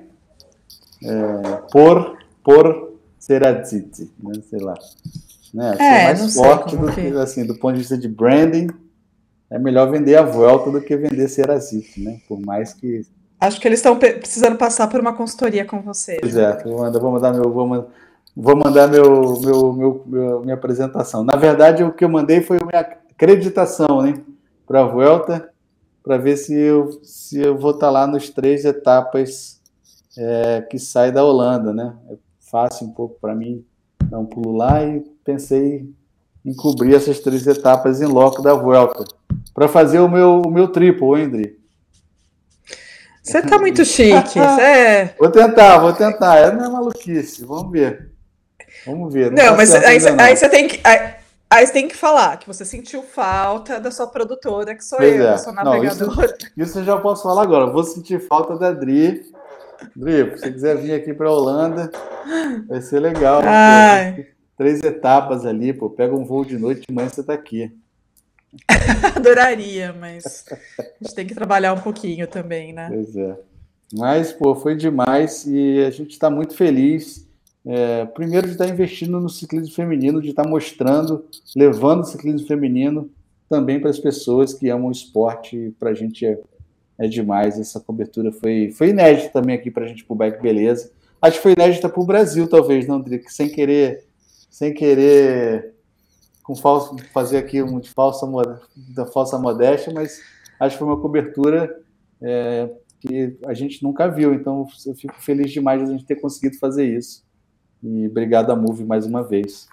[SPEAKER 1] por Ceratizit, né? Sei lá. Né? Mais forte do que, assim, do ponto de vista de branding, é melhor vender a Vuelta do que vender Ceratizit, né? Por mais que...
[SPEAKER 2] Acho que eles estão precisando passar por uma consultoria com você.
[SPEAKER 1] Pois vou mandar minha apresentação. Na verdade, o que eu mandei foi minha acreditação, né? Para a Vuelta, para ver se eu vou estar lá nos 3 etapas que sai da Holanda, né? É fácil um pouco para mim dar um pulo lá e pensei em cobrir essas 3 etapas em loco da Vuelta para fazer o meu triplo, André.
[SPEAKER 2] Você tá muito chique. É...
[SPEAKER 1] Vou tentar. É minha maluquice. Vamos ver. Vamos ver. Não
[SPEAKER 2] Não,
[SPEAKER 1] tá
[SPEAKER 2] mas
[SPEAKER 1] certo ainda
[SPEAKER 2] aí
[SPEAKER 1] não.
[SPEAKER 2] você tem que. Aí você tem que falar que você sentiu falta da sua produtora, que sou
[SPEAKER 1] Pois
[SPEAKER 2] eu, da
[SPEAKER 1] é.
[SPEAKER 2] sua
[SPEAKER 1] Não,
[SPEAKER 2] navegadora.
[SPEAKER 1] isso eu já posso falar agora. Vou sentir falta da Dri. Dri, se você quiser vir aqui para a Holanda, vai ser legal. Pô.
[SPEAKER 2] Ai,
[SPEAKER 1] 3 etapas ali, pô. Pega um voo de noite, de manhã você tá aqui.
[SPEAKER 2] adoraria, mas a gente tem que trabalhar um pouquinho também, né?
[SPEAKER 1] Pois é. Mas, pô, foi demais e a gente está muito feliz. Primeiro, de estar investindo no ciclismo feminino, de estar mostrando, levando o ciclismo feminino também para as pessoas que amam o esporte. Para a gente é demais. Essa cobertura foi inédita também aqui para a gente, para o Bike Beleza. Acho que foi inédita para o Brasil, talvez, não, Drica? Sem querer fazer aqui da falsa modéstia, mas acho que foi uma cobertura que a gente nunca viu. Então, eu fico feliz demais de a gente ter conseguido fazer isso. E obrigado a Move mais uma vez.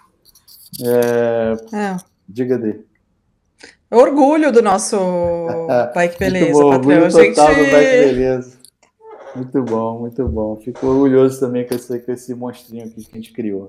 [SPEAKER 2] É.
[SPEAKER 1] Diga dele.
[SPEAKER 2] Orgulho do nosso Bike
[SPEAKER 1] Muito
[SPEAKER 2] Beleza,
[SPEAKER 1] bom,
[SPEAKER 2] patrão.
[SPEAKER 1] orgulho
[SPEAKER 2] A gente.
[SPEAKER 1] total do Bike Beleza. Muito bom, muito bom. Fico orgulhoso também com esse monstrinho aqui que a gente criou.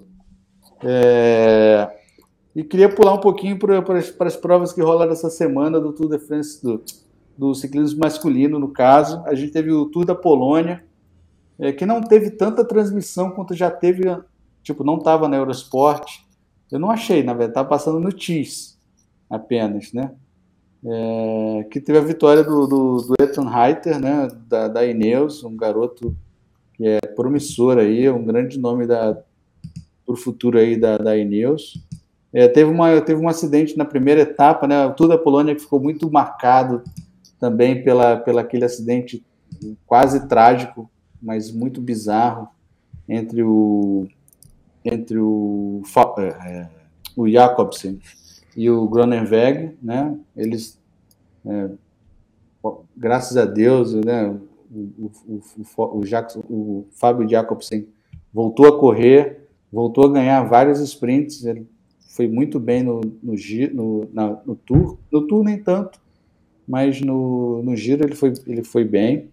[SPEAKER 1] E queria pular um pouquinho para as provas que rolaram essa semana do Tour de France, do ciclismo masculino, no caso. A gente teve o Tour da Polônia, que não teve tanta transmissão quanto já teve, tipo, não estava na Eurosport. Eu não achei, na verdade, estava passando no TIS apenas, né? Que teve a vitória do Ethan Hayter, né? Da Ineos, um garoto que é promissor aí, um grande nome para o futuro aí da Ineos. Teve um acidente na primeira etapa, né? O Tour da Polônia que ficou muito marcado também pela aquele acidente quase trágico, mas muito bizarro entre o Jacobsen e o Groenewegen, né? Eles, graças a Deus, né? O Fábio Jacobsen voltou a correr, voltou a ganhar vários sprints. Ele foi muito bem no Tour. No Tour nem tanto, mas no Giro ele foi bem.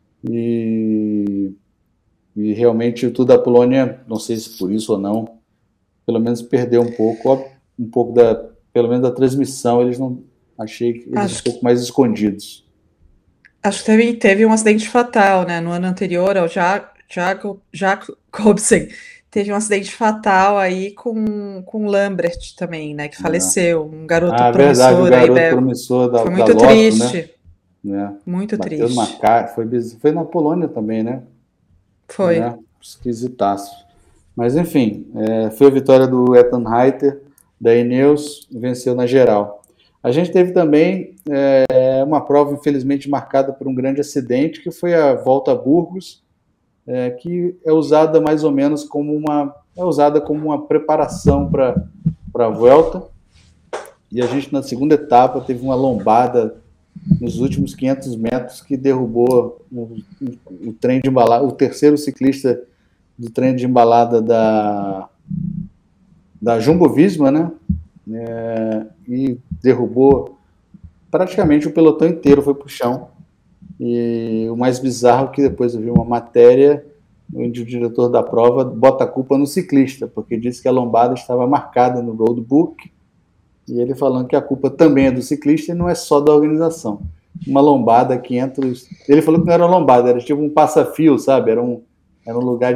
[SPEAKER 1] E realmente o Tour da Polônia, não sei se por isso ou não, pelo menos perdeu um pouco pelo menos da transmissão. Achei que eles um pouco mais escondidos.
[SPEAKER 2] Acho que teve um acidente fatal, né? No ano anterior ao Jacobsen. Teve um acidente fatal aí com o Lambert também, né? Que faleceu. Um garoto
[SPEAKER 1] Verdade, o
[SPEAKER 2] promissor aí,
[SPEAKER 1] garoto promissor
[SPEAKER 2] foi
[SPEAKER 1] da
[SPEAKER 2] muito
[SPEAKER 1] Lotto, né?
[SPEAKER 2] triste. Muito
[SPEAKER 1] Bateu numa
[SPEAKER 2] triste.
[SPEAKER 1] cara, foi na Polônia também, né?
[SPEAKER 2] Foi.
[SPEAKER 1] Esquisitaço. Mas enfim, foi a vitória do Ethan Hayter, da Ineos, venceu na geral. A gente teve também uma prova, infelizmente, marcada por um grande acidente, que foi a Volta a Burgos, que é usada mais ou menos como uma preparação para a Vuelta. E a gente, na segunda etapa, teve uma lombada nos últimos 500 metros que derrubou o trem de embalada, o terceiro ciclista do trem de embalada da Jumbo-Visma, né? E derrubou praticamente o pelotão inteiro, foi para o chão. E o mais bizarro é que depois eu vi uma matéria onde o diretor da prova bota a culpa no ciclista, porque disse que a lombada estava marcada no roadbook, e ele falando que a culpa também é do ciclista e não é só da organização. Uma lombada que entra... Ele falou que não era lombada, era tipo um passa-fio, sabe? Era um lugar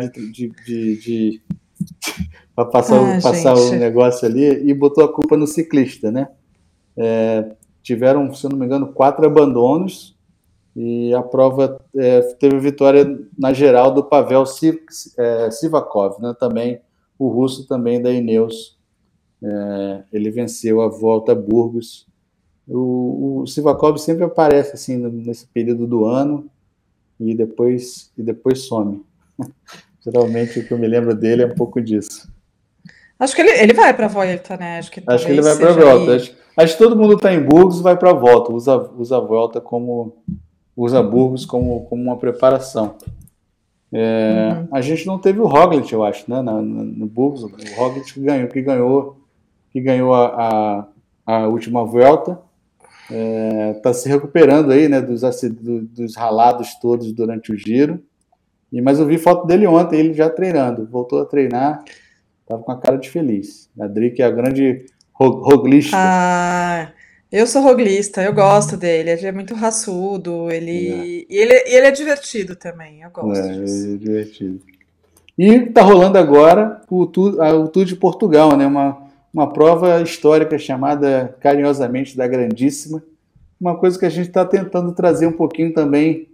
[SPEAKER 1] para passar o
[SPEAKER 2] Gente.
[SPEAKER 1] negócio ali, e botou a culpa no ciclista, né? Tiveram, se eu não me engano, 4 abandonos, e a prova teve vitória na geral do Pavel Sivakov, né? Também o russo também da Ineos. Ele venceu a Volta a Burgos. O Sivakov sempre aparece assim nesse período do ano e depois some. Geralmente o que eu me lembro dele é um pouco disso.
[SPEAKER 2] Acho que ele vai para a Volta, né? Acho que
[SPEAKER 1] Acho que ele
[SPEAKER 2] talvez
[SPEAKER 1] vai para a
[SPEAKER 2] seja
[SPEAKER 1] Volta.
[SPEAKER 2] aí.
[SPEAKER 1] Acho que todo mundo está em Burgos e vai para a Volta. Usa a Volta usa Burgos como uma preparação.
[SPEAKER 2] Uhum.
[SPEAKER 1] A gente não teve o Roglic, eu acho, né, no Bulls. O Roglic que ganhou a última volta. Está se recuperando aí, né, dos ralados todos durante o giro. Mas eu vi foto dele ontem, ele já treinando. Voltou a treinar, estava com a cara de feliz. A Dri, que é a grande roglista.
[SPEAKER 2] Ah, eu sou roglista, eu gosto dele. Ele é muito raçudo, ele é divertido também, eu gosto disso.
[SPEAKER 1] É divertido. E está rolando agora o Tour de Portugal, né? Uma prova histórica chamada carinhosamente da Grandíssima. Uma coisa que a gente está tentando trazer um pouquinho também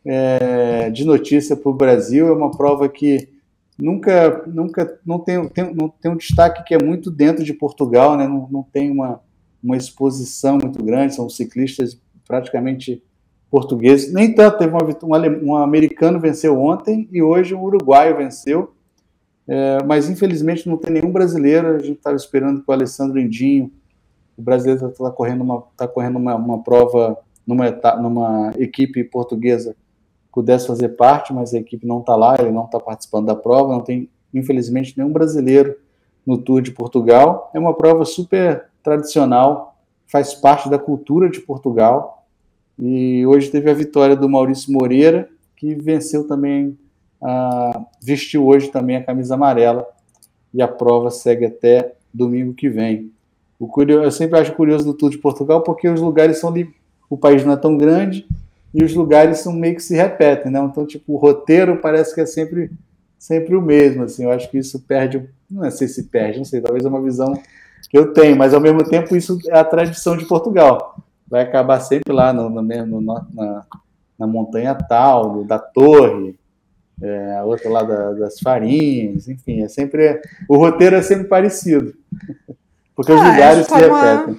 [SPEAKER 1] de notícia para o Brasil. É uma prova que nunca não tem um destaque que é muito dentro de Portugal, né? Não tem uma exposição muito grande, são ciclistas praticamente portugueses. Nem tanto, teve um americano venceu ontem e hoje um uruguaio venceu, mas infelizmente não tem nenhum brasileiro. A gente estava esperando que o Alessandro Indinho, o brasileiro, está correndo uma prova numa equipe portuguesa, pudesse fazer parte, mas a equipe não está lá, ele não está participando da prova, não tem, infelizmente, nenhum brasileiro no Tour de Portugal. É uma prova super tradicional, faz parte da cultura de Portugal, e hoje teve a vitória do Maurício Moreira, que venceu também, vestiu hoje também a camisa amarela, e a prova segue até domingo que vem. Eu sempre acho curioso do Tour de Portugal, porque os lugares são o país não é tão grande e os lugares são meio que se repetem, né? Então, tipo, o roteiro parece que é sempre o mesmo, assim. Eu acho que isso perde, não sei se perde, não sei, talvez é uma visão que eu tenho, mas ao mesmo tempo isso é a tradição de Portugal. Vai acabar sempre lá na montanha tal, da torre, a outra lá das farinhas, enfim, o roteiro é sempre parecido, porque os
[SPEAKER 2] Acho
[SPEAKER 1] lugares
[SPEAKER 2] que
[SPEAKER 1] se repetem.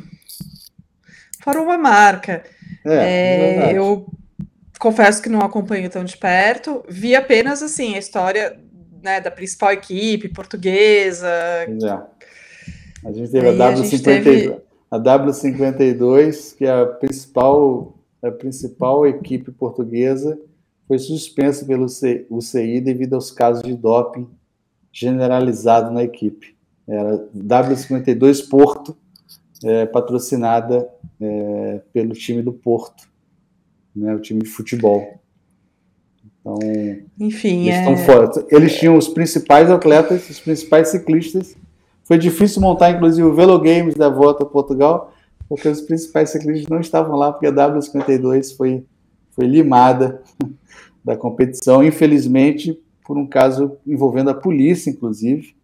[SPEAKER 2] forma uma marca.
[SPEAKER 1] É verdade.
[SPEAKER 2] Eu confesso que não acompanho tão de perto, vi apenas assim a história, né, da principal equipe portuguesa.
[SPEAKER 1] Pois é. A gente teve a
[SPEAKER 2] Aí a gente
[SPEAKER 1] W52,
[SPEAKER 2] teve.
[SPEAKER 1] a W52, que é a principal equipe portuguesa, foi suspensa pelo UCI devido aos casos de doping generalizado na equipe. Era W52 Porto, patrocinada pelo time do Porto, né, o time de futebol. Então,
[SPEAKER 2] Enfim,
[SPEAKER 1] eles estão fora. Eles tinham os principais atletas, os principais ciclistas. Foi difícil montar, inclusive, o Velo Games da Volta a Portugal, porque os principais ciclistas não estavam lá, porque a W52 foi limada da competição, infelizmente, por um caso envolvendo a polícia, inclusive,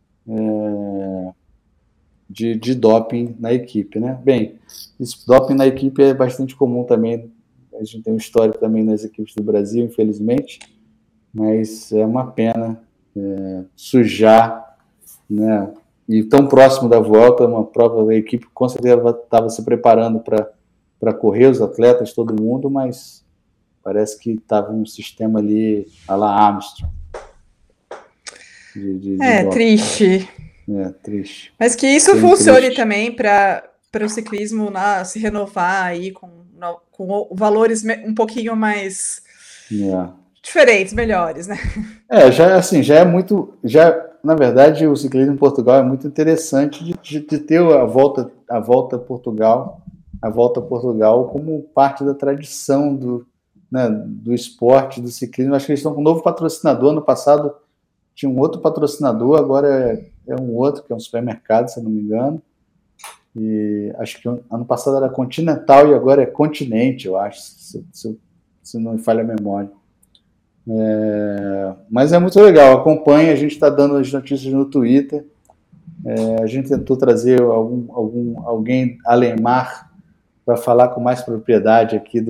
[SPEAKER 1] de doping na equipe, né? Bem, esse doping na equipe é bastante comum também. A gente tem um histórico também nas equipes do Brasil, infelizmente, mas é uma pena sujar, né? E tão próximo da volta, uma prova da equipe com certeza estava se preparando para correr, os atletas, todo mundo, mas parece que estava um sistema ali à la Armstrong de doping.
[SPEAKER 2] triste.
[SPEAKER 1] Triste.
[SPEAKER 2] Mas que isso
[SPEAKER 1] Bem
[SPEAKER 2] funcione
[SPEAKER 1] triste.
[SPEAKER 2] também para o ciclismo se renovar aí com valores um pouquinho mais
[SPEAKER 1] É.
[SPEAKER 2] diferentes, melhores, né?
[SPEAKER 1] Já é muito. Na verdade, o ciclismo em Portugal é muito interessante de ter a volta a Portugal como parte da tradição do esporte, do ciclismo. Acho que eles estão com um novo patrocinador. No passado tinha um outro patrocinador, agora é um outro, que é um supermercado, se eu não me engano. E acho que ano passado era Continental e agora é Continente, eu acho, se não me falha a memória. Mas é muito legal, acompanha, a gente está dando as notícias no Twitter. A gente tentou trazer alguém alemar para falar com mais propriedade aqui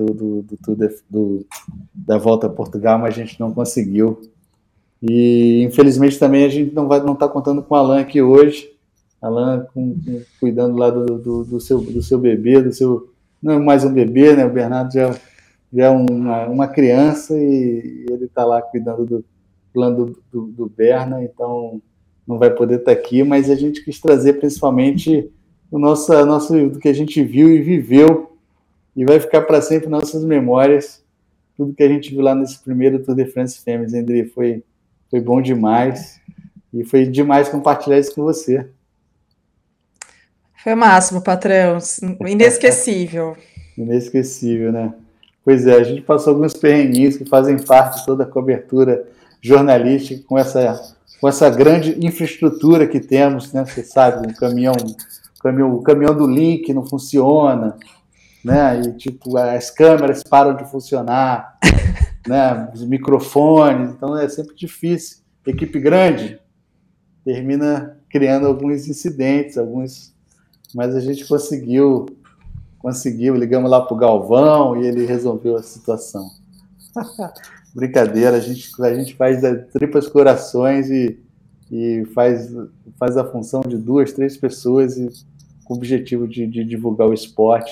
[SPEAKER 1] da Volta a Portugal, mas a gente não conseguiu. E infelizmente também a gente não está contando com o Alan aqui hoje. Alan cuidando lá do seu bebê, não é mais um bebê, né? O Bernardo já é uma criança e ele está lá cuidando do plano do Berna, então não vai poder estar aqui, mas a gente quis trazer principalmente do que a gente viu e viveu, e vai ficar para sempre nas nossas memórias, tudo que a gente viu lá nesse primeiro Tour de France Femmes, hein, Dri? Foi bom demais. E foi demais compartilhar isso com você.
[SPEAKER 2] Foi o máximo, patrão. Inesquecível.
[SPEAKER 1] Inesquecível, né? Pois é, a gente passou alguns perrenguinhos que fazem parte de toda a cobertura jornalística com essa grande infraestrutura que temos, né? Você sabe, o caminhão do link não funciona, né? E tipo, as câmeras param de funcionar, né? Os microfones, então é sempre difícil. Equipe grande termina criando alguns incidentes, mas a gente conseguiu, ligamos lá para o Galvão e ele resolveu a situação. Brincadeira, a gente faz tripas corações e faz a função de 2, 3 pessoas com o objetivo de divulgar o esporte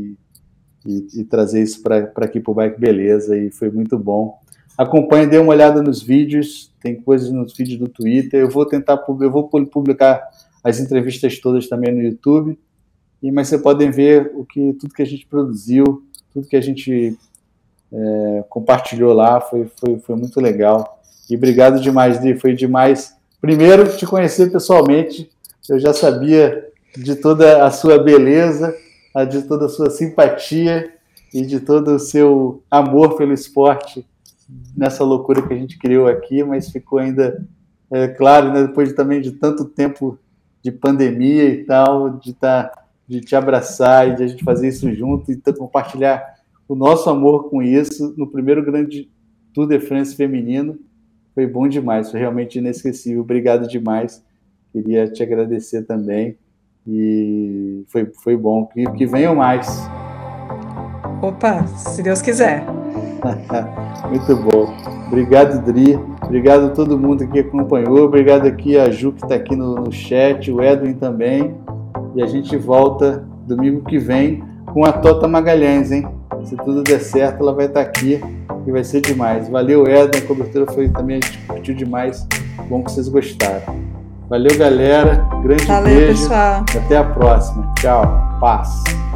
[SPEAKER 1] e trazer isso para aqui para o Bike Beleza, e foi muito bom. Acompanhe, dê uma olhada nos vídeos, tem coisas nos vídeos do Twitter, eu vou publicar as entrevistas todas também no YouTube, mas vocês podem ver tudo que a gente produziu, tudo que a gente compartilhou lá, foi muito legal. E obrigado demais, Dri, foi demais. Primeiro, te conhecer pessoalmente, eu já sabia de toda a sua beleza, de toda a sua simpatia e de todo o seu amor pelo esporte, nessa loucura que a gente criou aqui, mas ficou ainda claro, né, depois também de tanto tempo de pandemia e tal, de te abraçar e de a gente fazer isso junto e compartilhar o nosso amor com isso no primeiro grande Tour de France feminino. Foi bom demais, foi realmente inesquecível. Obrigado demais. Queria te agradecer também. E foi bom. Que venham mais.
[SPEAKER 2] Opa, se Deus quiser.
[SPEAKER 1] Muito bom. Obrigado, Dri. Obrigado a todo mundo que acompanhou. Obrigado aqui a Ju, que está aqui no chat, o Edwin também. E a gente volta domingo que vem com a Tota Magalhães, hein? Se tudo der certo, ela vai estar aqui e vai ser demais. Valeu, Edwin. A cobertura foi também, a gente curtiu demais. Bom que vocês gostaram. Valeu, galera. Grande beijo.
[SPEAKER 2] Pessoal.
[SPEAKER 1] Até a próxima. Tchau. Paz.